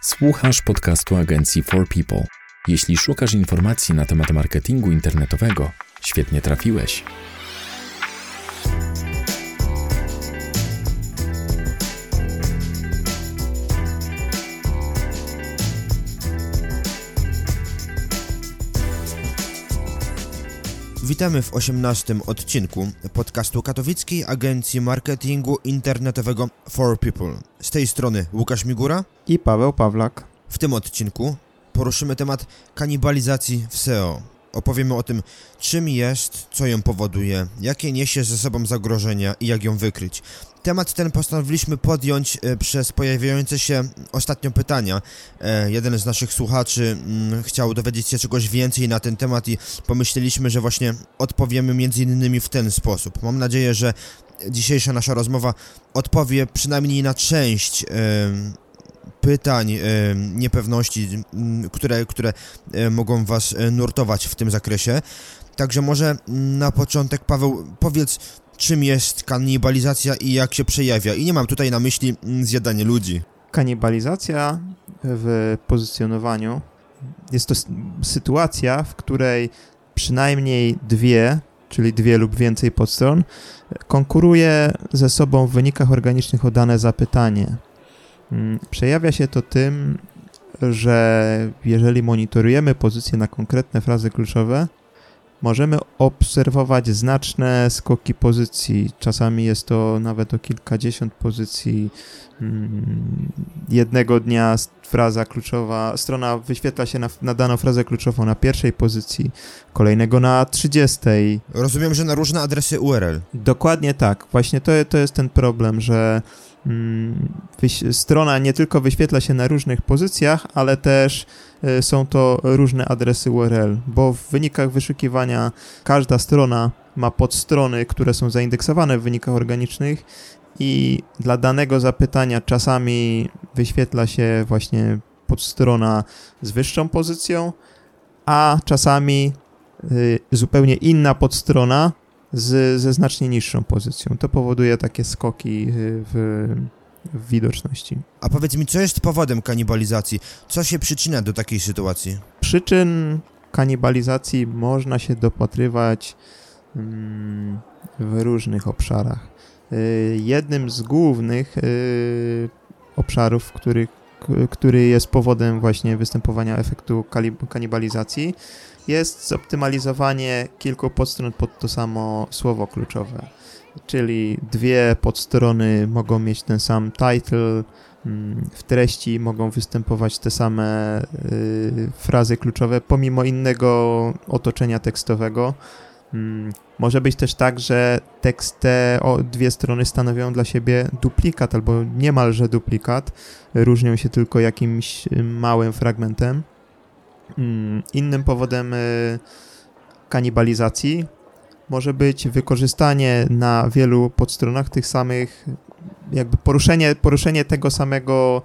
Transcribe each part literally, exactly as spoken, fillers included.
Słuchasz podcastu agencji For People. Jeśli szukasz informacji na temat marketingu internetowego, świetnie trafiłeś. Witamy w osiemnastym odcinku podcastu katowickiej agencji marketingu internetowego For People. Z tej strony Łukasz Migura i Paweł Pawlak. W tym odcinku poruszymy temat kanibalizacji w S E O. Opowiemy o tym, czym jest, co ją powoduje, jakie niesie ze sobą zagrożenia i jak ją wykryć. Temat ten postanowiliśmy podjąć e, przez pojawiające się ostatnio pytania. E, jeden z naszych słuchaczy m, chciał dowiedzieć się czegoś więcej na ten temat i pomyśleliśmy, że właśnie odpowiemy między innymi w ten sposób. Mam nadzieję, że dzisiejsza nasza rozmowa odpowie przynajmniej na część e, pytań, e, niepewności, m, które, które e, mogą Was e, nurtować w tym zakresie. Także może na początek, Paweł, powiedz, czym jest kanibalizacja i jak się przejawia. I nie mam tutaj na myśli zjadanie ludzi. Kanibalizacja w pozycjonowaniu jest to sytuacja, w której przynajmniej dwie, czyli dwie lub więcej podstron, konkuruje ze sobą w wynikach organicznych o dane zapytanie. Przejawia się to tym, że jeżeli monitorujemy pozycję na konkretne frazy kluczowe, możemy obserwować znaczne skoki pozycji. Czasami jest to nawet o kilkadziesiąt pozycji. Jednego dnia fraza kluczowa, strona wyświetla się na, na daną frazę kluczową na pierwszej pozycji, kolejnego na trzydziestej. Rozumiem, że na różne adresy U R L. Dokładnie tak. Właśnie to, to jest ten problem, że mm, wyś- strona nie tylko wyświetla się na różnych pozycjach, ale też y, są to różne adresy U R L, bo w wynikach wyszukiwania każda strona ma podstrony, które są zaindeksowane w wynikach organicznych i dla danego zapytania czasami wyświetla się właśnie podstrona z wyższą pozycją, a czasami y, zupełnie inna podstrona z, ze znacznie niższą pozycją. To powoduje takie skoki w, w widoczności. A powiedz mi, co jest powodem kanibalizacji? Co się przyczynia do takiej sytuacji? Przyczyn kanibalizacji można się dopatrywać mm, w różnych obszarach. Jednym z głównych y, obszarów, który, k, który jest powodem właśnie występowania efektu kanibalizacji, jest zoptymalizowanie kilku podstron pod to samo słowo kluczowe. Czyli dwie podstrony mogą mieć ten sam title, w treści mogą występować te same y, frazy kluczowe pomimo innego otoczenia tekstowego. Może być też tak, że tekst te o, dwie strony stanowią dla siebie duplikat albo niemalże duplikat, różnią się tylko jakimś małym fragmentem. Innym powodem kanibalizacji może być wykorzystanie na wielu podstronach tych samych, jakby poruszenie, poruszenie tego samego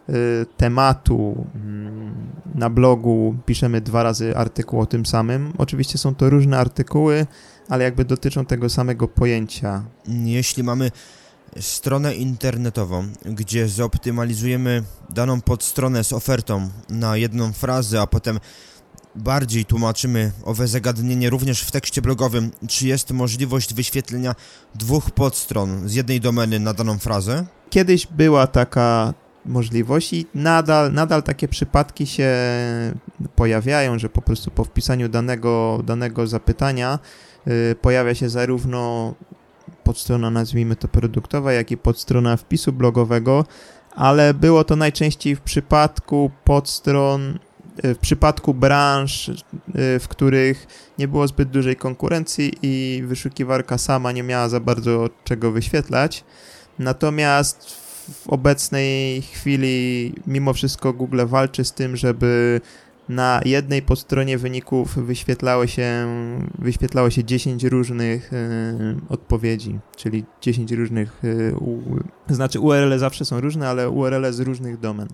tematu. Na blogu piszemy dwa razy artykuł o tym samym. Oczywiście są to różne artykuły, ale jakby dotyczą tego samego pojęcia. Jeśli mamy stronę internetową, gdzie zoptymalizujemy daną podstronę z ofertą na jedną frazę, a potem bardziej tłumaczymy owe zagadnienie również w tekście blogowym, czy jest możliwość wyświetlenia dwóch podstron z jednej domeny na daną frazę? Kiedyś była taka możliwość i nadal, nadal takie przypadki się pojawiają, że po prostu po wpisaniu danego, danego zapytania y, pojawia się zarówno podstrona, nazwijmy to produktowa, jak i podstrona wpisu blogowego, ale było to najczęściej w przypadku podstron, y, w przypadku branż, y, w których nie było zbyt dużej konkurencji i wyszukiwarka sama nie miała za bardzo czego wyświetlać. Natomiast w obecnej chwili mimo wszystko Google walczy z tym, żeby na jednej podstronie wyników wyświetlało się, wyświetlało się dziesięć różnych y, odpowiedzi, czyli dziesięć różnych, y, u, znaczy U R L zawsze są różne, ale U R L z różnych domen.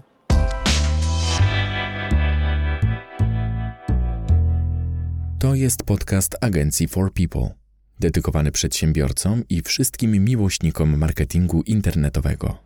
To jest podcast agencji For People, dedykowany przedsiębiorcom i wszystkim miłośnikom marketingu internetowego.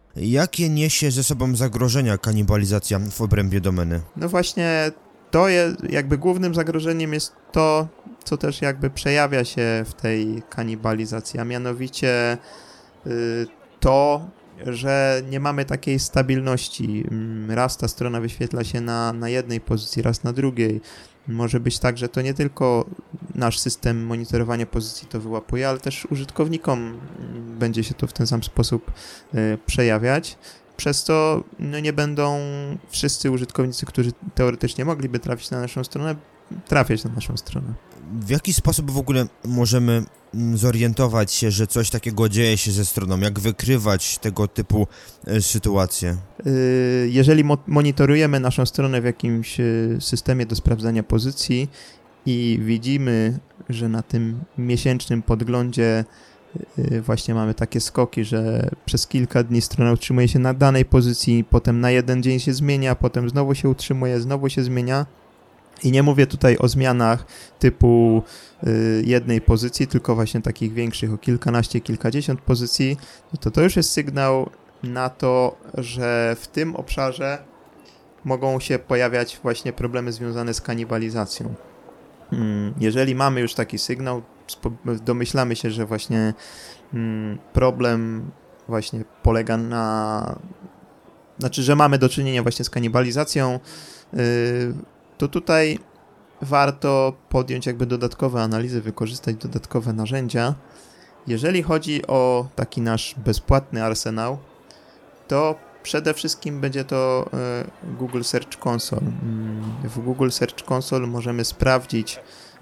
Jakie niesie ze sobą zagrożenia kanibalizacja w obrębie domeny? No właśnie to jest, jakby głównym zagrożeniem jest to, co też jakby przejawia się w tej kanibalizacji, a mianowicie y, to, że nie mamy takiej stabilności. Raz ta strona wyświetla się na, na jednej pozycji, raz na drugiej. Może być tak, że to nie tylko nasz system monitorowania pozycji to wyłapuje, ale też użytkownikom będzie się to w ten sam sposób y, przejawiać. Przez to no, nie będą wszyscy użytkownicy, którzy teoretycznie mogliby trafić na naszą stronę, trafiać na naszą stronę. W jaki sposób w ogóle możemy zorientować się, że coś takiego dzieje się ze stroną? Jak wykrywać tego typu y, sytuacje? Y, jeżeli mo- monitorujemy naszą stronę w jakimś y, systemie do sprawdzania pozycji i widzimy, że na tym miesięcznym podglądzie właśnie mamy takie skoki, że przez kilka dni strona utrzymuje się na danej pozycji, potem na jeden dzień się zmienia, potem znowu się utrzymuje, znowu się zmienia. I nie mówię tutaj o zmianach typu y, jednej pozycji, tylko właśnie takich większych, o kilkanaście, kilkadziesiąt pozycji, to to już jest sygnał na to, że w tym obszarze mogą się pojawiać właśnie problemy związane z kanibalizacją. Hmm, jeżeli mamy już taki sygnał, domyślamy się, że właśnie mm, problem właśnie polega na... Znaczy, że mamy do czynienia właśnie z kanibalizacją, yy, to tutaj warto podjąć jakby dodatkowe analizy, wykorzystać dodatkowe narzędzia. Jeżeli chodzi o taki nasz bezpłatny arsenał, to przede wszystkim będzie to yy, Google Search Console. Yy, w Google Search Console możemy sprawdzić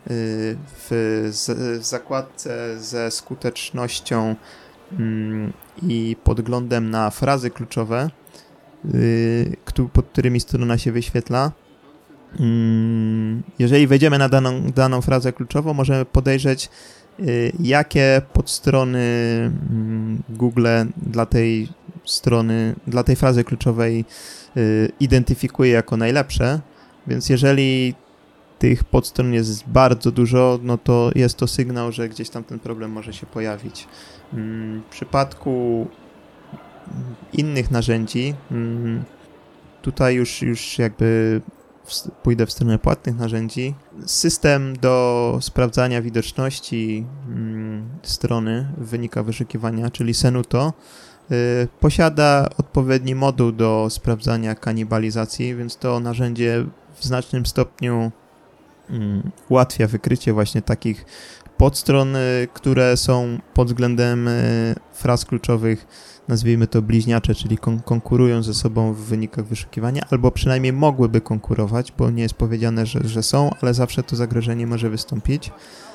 w, z, w zakładce ze skutecznością mm, i podglądem na frazy kluczowe, y, pod którymi strona się wyświetla. Mm, jeżeli wejdziemy na daną, daną frazę kluczową, możemy podejrzeć, y, jakie podstrony mm, Google dla tej strony, dla tej frazy kluczowej y, identyfikuje jako najlepsze. Więc jeżeli tych podstron jest bardzo dużo, no to jest to sygnał, że gdzieś tam ten problem może się pojawić. W przypadku innych narzędzi, tutaj już, już jakby pójdę w stronę płatnych narzędzi, system do sprawdzania widoczności strony w wynikach wyszukiwania, czyli Senuto, posiada odpowiedni moduł do sprawdzania kanibalizacji, więc to narzędzie w znacznym stopniu ułatwia wykrycie właśnie takich podstron, które są pod względem fraz kluczowych, nazwijmy to bliźniacze, czyli kon- konkurują ze sobą w wynikach wyszukiwania, albo przynajmniej mogłyby konkurować, bo nie jest powiedziane, że, że są, ale zawsze to zagrożenie może wystąpić.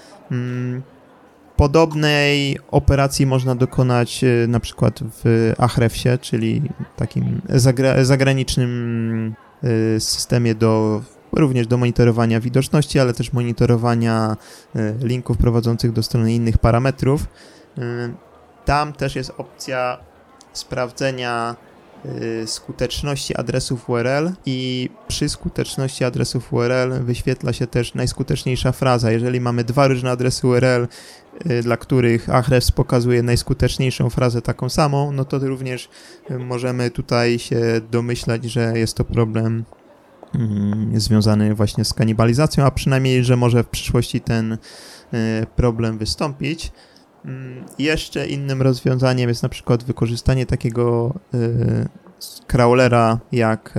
Podobnej operacji można dokonać na przykład w Ahrefsie, czyli takim zagra- zagranicznym systemie do również do monitorowania widoczności, ale też monitorowania linków prowadzących do strony innych parametrów. Tam też jest opcja sprawdzenia skuteczności adresów U R L i przy skuteczności adresów U R L wyświetla się też najskuteczniejsza fraza. Jeżeli mamy dwa różne adresy U R L, dla których Ahrefs pokazuje najskuteczniejszą frazę taką samą, no to również możemy tutaj się domyślać, że jest to problem związany właśnie z kanibalizacją, a przynajmniej, że może w przyszłości ten problem wystąpić. Jeszcze innym rozwiązaniem jest na przykład wykorzystanie takiego crawlera jak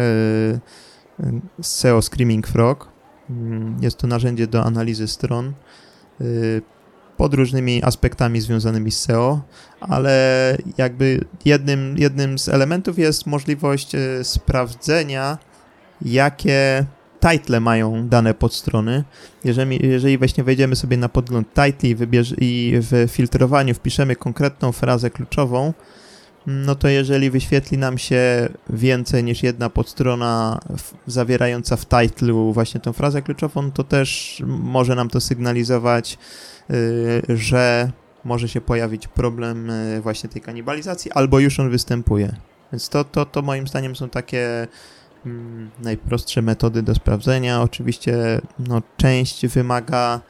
S E O Screaming Frog. Jest to narzędzie do analizy stron pod różnymi aspektami związanymi z S E O, ale jakby jednym, jednym z elementów jest możliwość sprawdzenia, jakie title mają dane podstrony. Jeżeli, jeżeli właśnie wejdziemy sobie na podgląd title i, wybierz, i w filtrowaniu wpiszemy konkretną frazę kluczową, no to jeżeli wyświetli nam się więcej niż jedna podstrona w, zawierająca w titlu właśnie tą frazę kluczową, to też może nam to sygnalizować, yy, że może się pojawić problem yy, właśnie tej kanibalizacji, albo już on występuje. Więc to, to, to moim zdaniem są takie najprostsze metody do sprawdzenia. Oczywiście no, część wymaga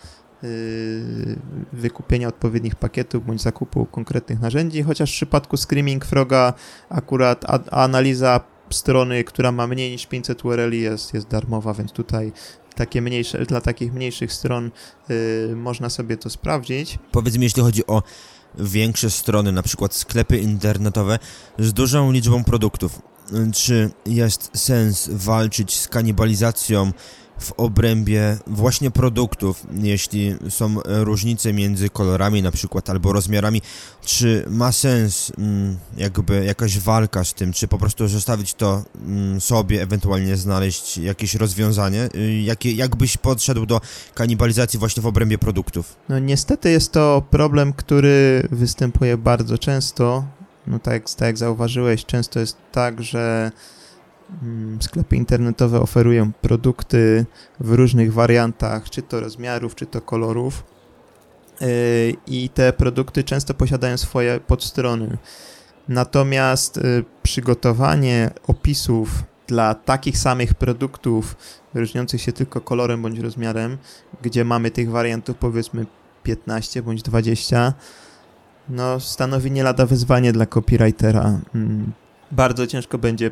wykupienia odpowiednich pakietów bądź zakupu konkretnych narzędzi, chociaż w przypadku Screaming Froga akurat a- analiza strony, która ma mniej niż pięćset U R L jest, jest darmowa, więc tutaj takie mniejsze, dla takich mniejszych stron yy, można sobie to sprawdzić. Powiedz mi, jeśli chodzi o większe strony, na przykład sklepy internetowe z dużą liczbą produktów, czy jest sens walczyć z kanibalizacją w obrębie właśnie produktów, jeśli są różnice między kolorami na przykład albo rozmiarami, czy ma sens mm, jakby jakaś walka z tym, czy po prostu zostawić to mm, sobie, ewentualnie znaleźć jakieś rozwiązanie? Jakie, jak byś podszedł do kanibalizacji właśnie w obrębie produktów? No niestety jest to problem, który występuje bardzo często. No tak, jak- tak jak zauważyłeś, często jest tak, że mm, sklepy internetowe oferują produkty w różnych wariantach, czy to rozmiarów, czy to kolorów. Yy, I te produkty często posiadają swoje podstrony. Natomiast y, przygotowanie opisów dla takich samych produktów, różniących się tylko kolorem bądź rozmiarem, gdzie mamy tych wariantów powiedzmy piętnaście bądź dwadzieścia, no stanowi nie lada wyzwanie dla copywritera. Mm, Bardzo ciężko będzie y,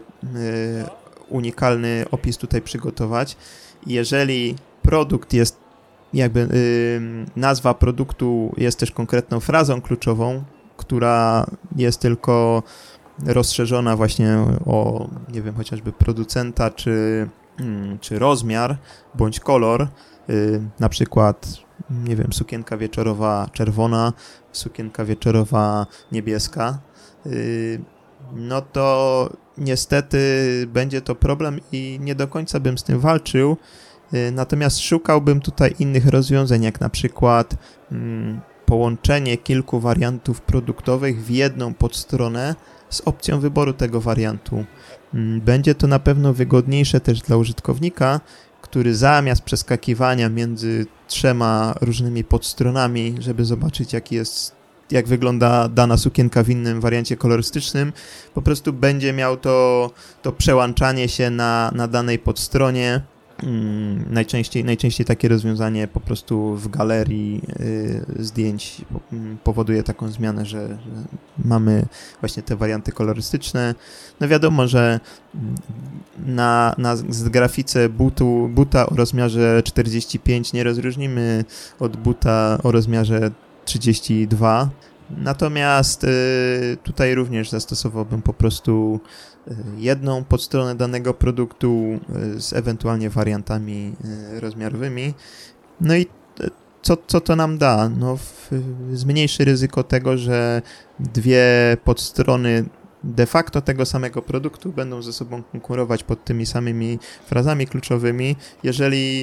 unikalny opis tutaj przygotować. Jeżeli produkt jest jakby y, nazwa produktu jest też konkretną frazą kluczową, która jest tylko rozszerzona właśnie o, nie wiem, chociażby producenta, czy, mm, czy rozmiar, bądź kolor, y, na przykład, nie wiem, sukienka wieczorowa czerwona, sukienka wieczorowa niebieska, y, no to niestety będzie to problem i nie do końca bym z tym walczył, y, natomiast szukałbym tutaj innych rozwiązań, jak na przykład mm, połączenie kilku wariantów produktowych w jedną podstronę z opcją wyboru tego wariantu. Mm, Będzie to na pewno wygodniejsze też dla użytkownika, który zamiast przeskakiwania między trzema różnymi podstronami, żeby zobaczyć jaki jest, jak wygląda dana sukienka w innym wariancie kolorystycznym, po prostu będzie miał to, to przełączanie się na, na danej podstronie. Mm, najczęściej, najczęściej takie rozwiązanie po prostu w galerii y, zdjęć po, mm, powoduje taką zmianę, że, że mamy właśnie te warianty kolorystyczne. No wiadomo, że mm, na, na z grafice butu, buta o rozmiarze czterdzieści pięć nie rozróżnimy od buta o rozmiarze trzydzieści dwa. Natomiast y, tutaj również zastosowałbym po prostu y, jedną podstronę danego produktu y, z ewentualnie wariantami y, rozmiarowymi. No i y, co, co to nam da? No, w, zmniejszy ryzyko tego, że dwie podstrony de facto tego samego produktu będą ze sobą konkurować pod tymi samymi frazami kluczowymi, jeżeli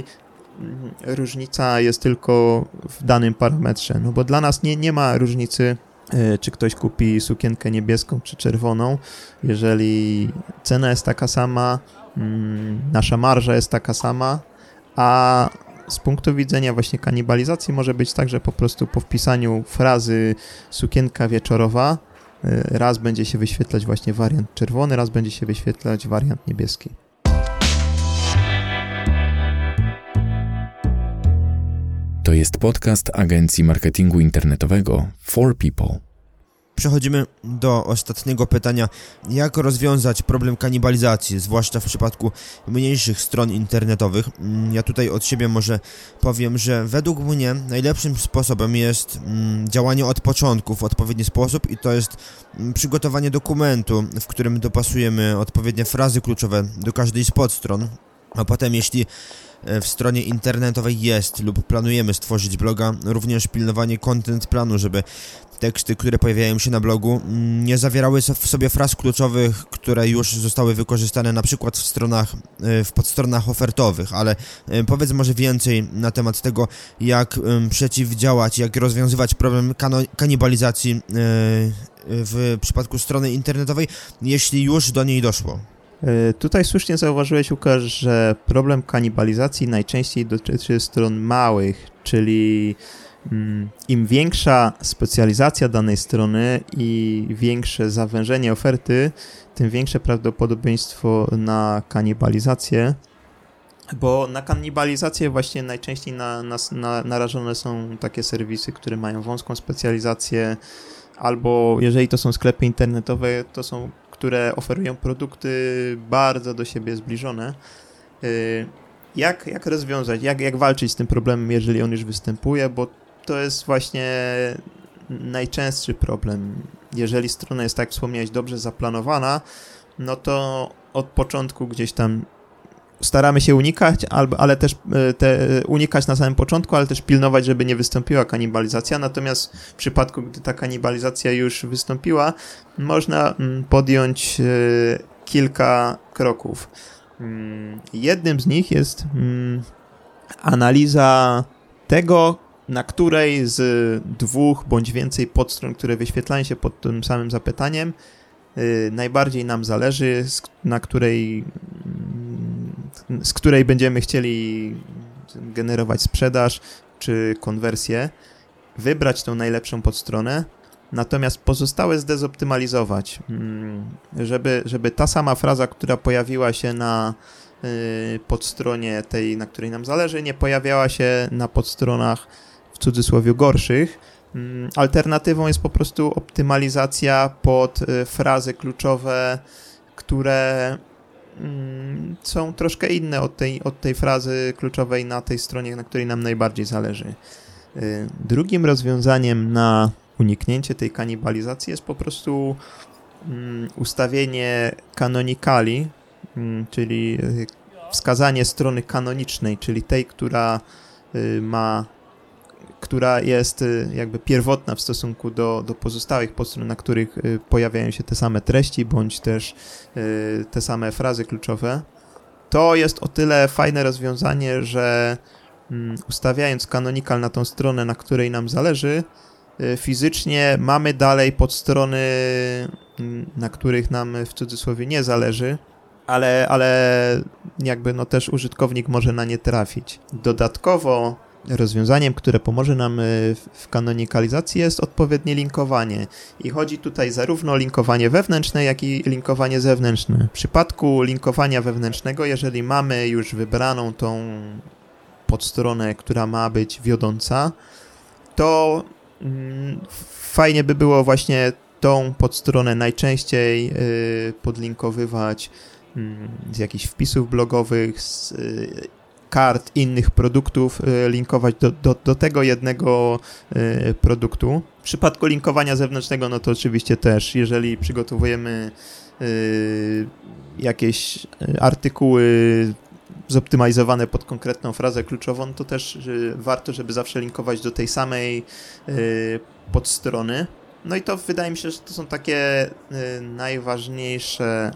różnica jest tylko w danym parametrze, no bo dla nas nie, nie ma różnicy, y, czy ktoś kupi sukienkę niebieską czy czerwoną, jeżeli cena jest taka sama, mm, nasza marża jest taka sama, a z punktu widzenia właśnie kanibalizacji może być tak, że po prostu po wpisaniu frazy sukienka wieczorowa y, raz będzie się wyświetlać właśnie wariant czerwony, raz będzie się wyświetlać wariant niebieski. To jest podcast agencji marketingu internetowego For People. Przechodzimy do ostatniego pytania. Jak rozwiązać problem kanibalizacji, zwłaszcza w przypadku mniejszych stron internetowych? Mm, Ja tutaj od siebie może powiem, że według mnie najlepszym sposobem jest mm, działanie od początku w odpowiedni sposób i to jest mm, przygotowanie dokumentu, w którym dopasujemy odpowiednie frazy kluczowe do każdej z podstron, a potem jeśli w stronie internetowej jest lub planujemy stworzyć bloga, również pilnowanie content planu, żeby teksty, które pojawiają się na blogu, nie zawierały w sobie fraz kluczowych, które już zostały wykorzystane na przykład w stronach, w podstronach ofertowych, ale powiedz może więcej na temat tego, jak przeciwdziałać, jak rozwiązywać problem kanibalizacji w przypadku strony internetowej, jeśli już do niej doszło. Tutaj słusznie zauważyłeś, Łukasz, że problem kanibalizacji najczęściej dotyczy stron małych, czyli im większa specjalizacja danej strony i większe zawężenie oferty, tym większe prawdopodobieństwo na kanibalizację. Bo na kanibalizację właśnie najczęściej na, na, na, narażone są takie serwisy, które mają wąską specjalizację, albo jeżeli to są sklepy internetowe, to są, które oferują produkty bardzo do siebie zbliżone. Jak, jak rozwiązać, jak, jak walczyć z tym problemem, jeżeli on już występuje, bo to jest właśnie najczęstszy problem. Jeżeli strona jest, tak jak wspomniałeś, dobrze zaplanowana, no to od początku gdzieś tam staramy się unikać, ale też te, unikać na samym początku, ale też pilnować, żeby nie wystąpiła kanibalizacja. Natomiast w przypadku, gdy ta kanibalizacja już wystąpiła, można podjąć kilka kroków. Jednym z nich jest analiza tego, na której z dwóch bądź więcej podstron, które wyświetlają się pod tym samym zapytaniem, najbardziej nam zależy, na której, z której będziemy chcieli generować sprzedaż czy konwersję, wybrać tą najlepszą podstronę, natomiast pozostałe zdezoptymalizować, żeby, żeby ta sama fraza, która pojawiła się na podstronie tej, na której nam zależy, nie pojawiała się na podstronach w cudzysłowie gorszych. Alternatywą jest po prostu optymalizacja pod frazy kluczowe, które są troszkę inne od tej, od tej frazy kluczowej na tej stronie, na której nam najbardziej zależy. Drugim rozwiązaniem na uniknięcie tej kanibalizacji jest po prostu ustawienie kanonikali, czyli wskazanie strony kanonicznej, czyli tej, która ma która jest jakby pierwotna w stosunku do, do pozostałych podstron, na których pojawiają się te same treści, bądź też te same frazy kluczowe. To jest o tyle fajne rozwiązanie, że ustawiając kanonikal na tą stronę, na której nam zależy, fizycznie mamy dalej podstrony, na których nam w cudzysłowie nie zależy, ale, ale jakby no też użytkownik może na nie trafić. Dodatkowo rozwiązaniem, które pomoże nam w kanonikalizacji, jest odpowiednie linkowanie. I chodzi tutaj zarówno o linkowanie wewnętrzne, jak i linkowanie zewnętrzne. W przypadku linkowania wewnętrznego, jeżeli mamy już wybraną tą podstronę, która ma być wiodąca, to mm, fajnie by było właśnie tą podstronę najczęściej y, podlinkowywać y, z jakichś wpisów blogowych, z y, kart innych produktów, y, linkować do, do, do tego jednego y, produktu. W przypadku linkowania zewnętrznego, no to oczywiście też, jeżeli przygotowujemy y, jakieś artykuły zoptymalizowane pod konkretną frazę kluczową, to też y, warto, żeby zawsze linkować do tej samej y, podstrony. No i to wydaje mi się, że to są takie y, najważniejsze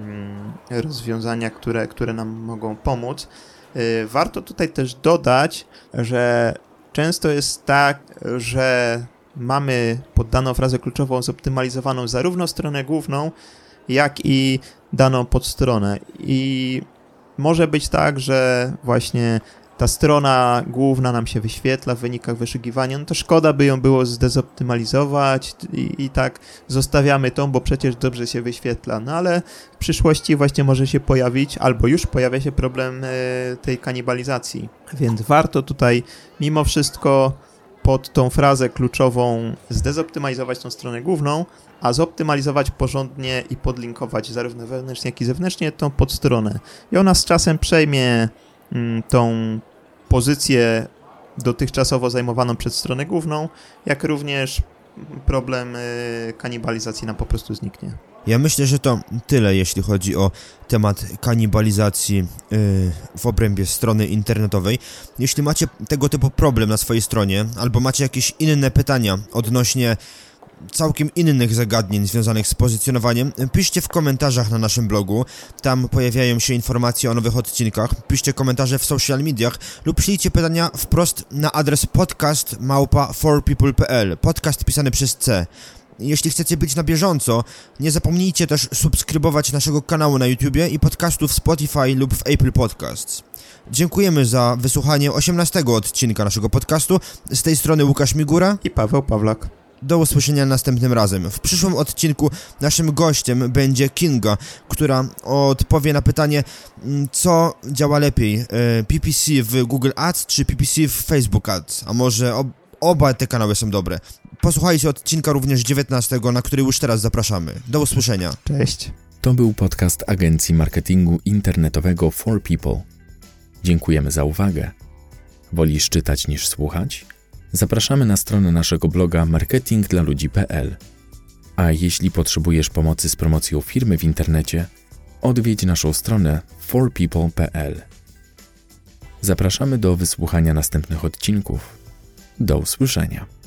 y, rozwiązania, które, które nam mogą pomóc. Y, warto tutaj też dodać, że często jest tak, że mamy pod daną frazę kluczową zoptymalizowaną zarówno stronę główną, jak i daną podstronę. I może być tak, że właśnie ta strona główna nam się wyświetla w wynikach wyszukiwania, no to szkoda by ją było zdezoptymalizować i, i tak zostawiamy tą, bo przecież dobrze się wyświetla. No ale w przyszłości właśnie może się pojawić, albo już pojawia się problem y, tej kanibalizacji. Więc warto tutaj mimo wszystko pod tą frazę kluczową zdezoptymalizować tą stronę główną, a zoptymalizować porządnie i podlinkować zarówno wewnętrznie, jak i zewnętrznie tą podstronę. I ona z czasem przejmie mm, tą pozycję dotychczasowo zajmowaną przez stronę główną, jak również problem y, kanibalizacji nam po prostu zniknie. Ja myślę, że to tyle, jeśli chodzi o temat kanibalizacji yy, w obrębie strony internetowej. Jeśli macie tego typu problem na swojej stronie, albo macie jakieś inne pytania odnośnie całkiem innych zagadnień związanych z pozycjonowaniem, piszcie w komentarzach na naszym blogu, tam pojawiają się informacje o nowych odcinkach, piszcie komentarze w social mediach lub ślijcie pytania wprost na adres podcast małpa for people kropka p l, podcast pisany przez C. Jeśli chcecie być na bieżąco, nie zapomnijcie też subskrybować naszego kanału na YouTubie i podcastów w Spotify lub w Apple Podcasts. Dziękujemy za wysłuchanie osiemnastego odcinka naszego podcastu. Z tej strony Łukasz Migura i Paweł Pawlak. Do usłyszenia następnym razem. W przyszłym odcinku naszym gościem będzie Kinga, która odpowie na pytanie, co działa lepiej, P P C w Google Ads czy P P C w Facebook Ads, a może ob- oba te kanały są dobre. Posłuchajcie odcinka również dziewiętnastego, na który już teraz zapraszamy. Do usłyszenia. Cześć. To był podcast agencji marketingu internetowego For People. Dziękujemy za uwagę. Wolisz czytać niż słuchać? Zapraszamy na stronę naszego bloga marketing dla ludzi kropka p l. A jeśli potrzebujesz pomocy z promocją firmy w internecie, odwiedź naszą stronę for people kropka p l. Zapraszamy do wysłuchania następnych odcinków. Do usłyszenia.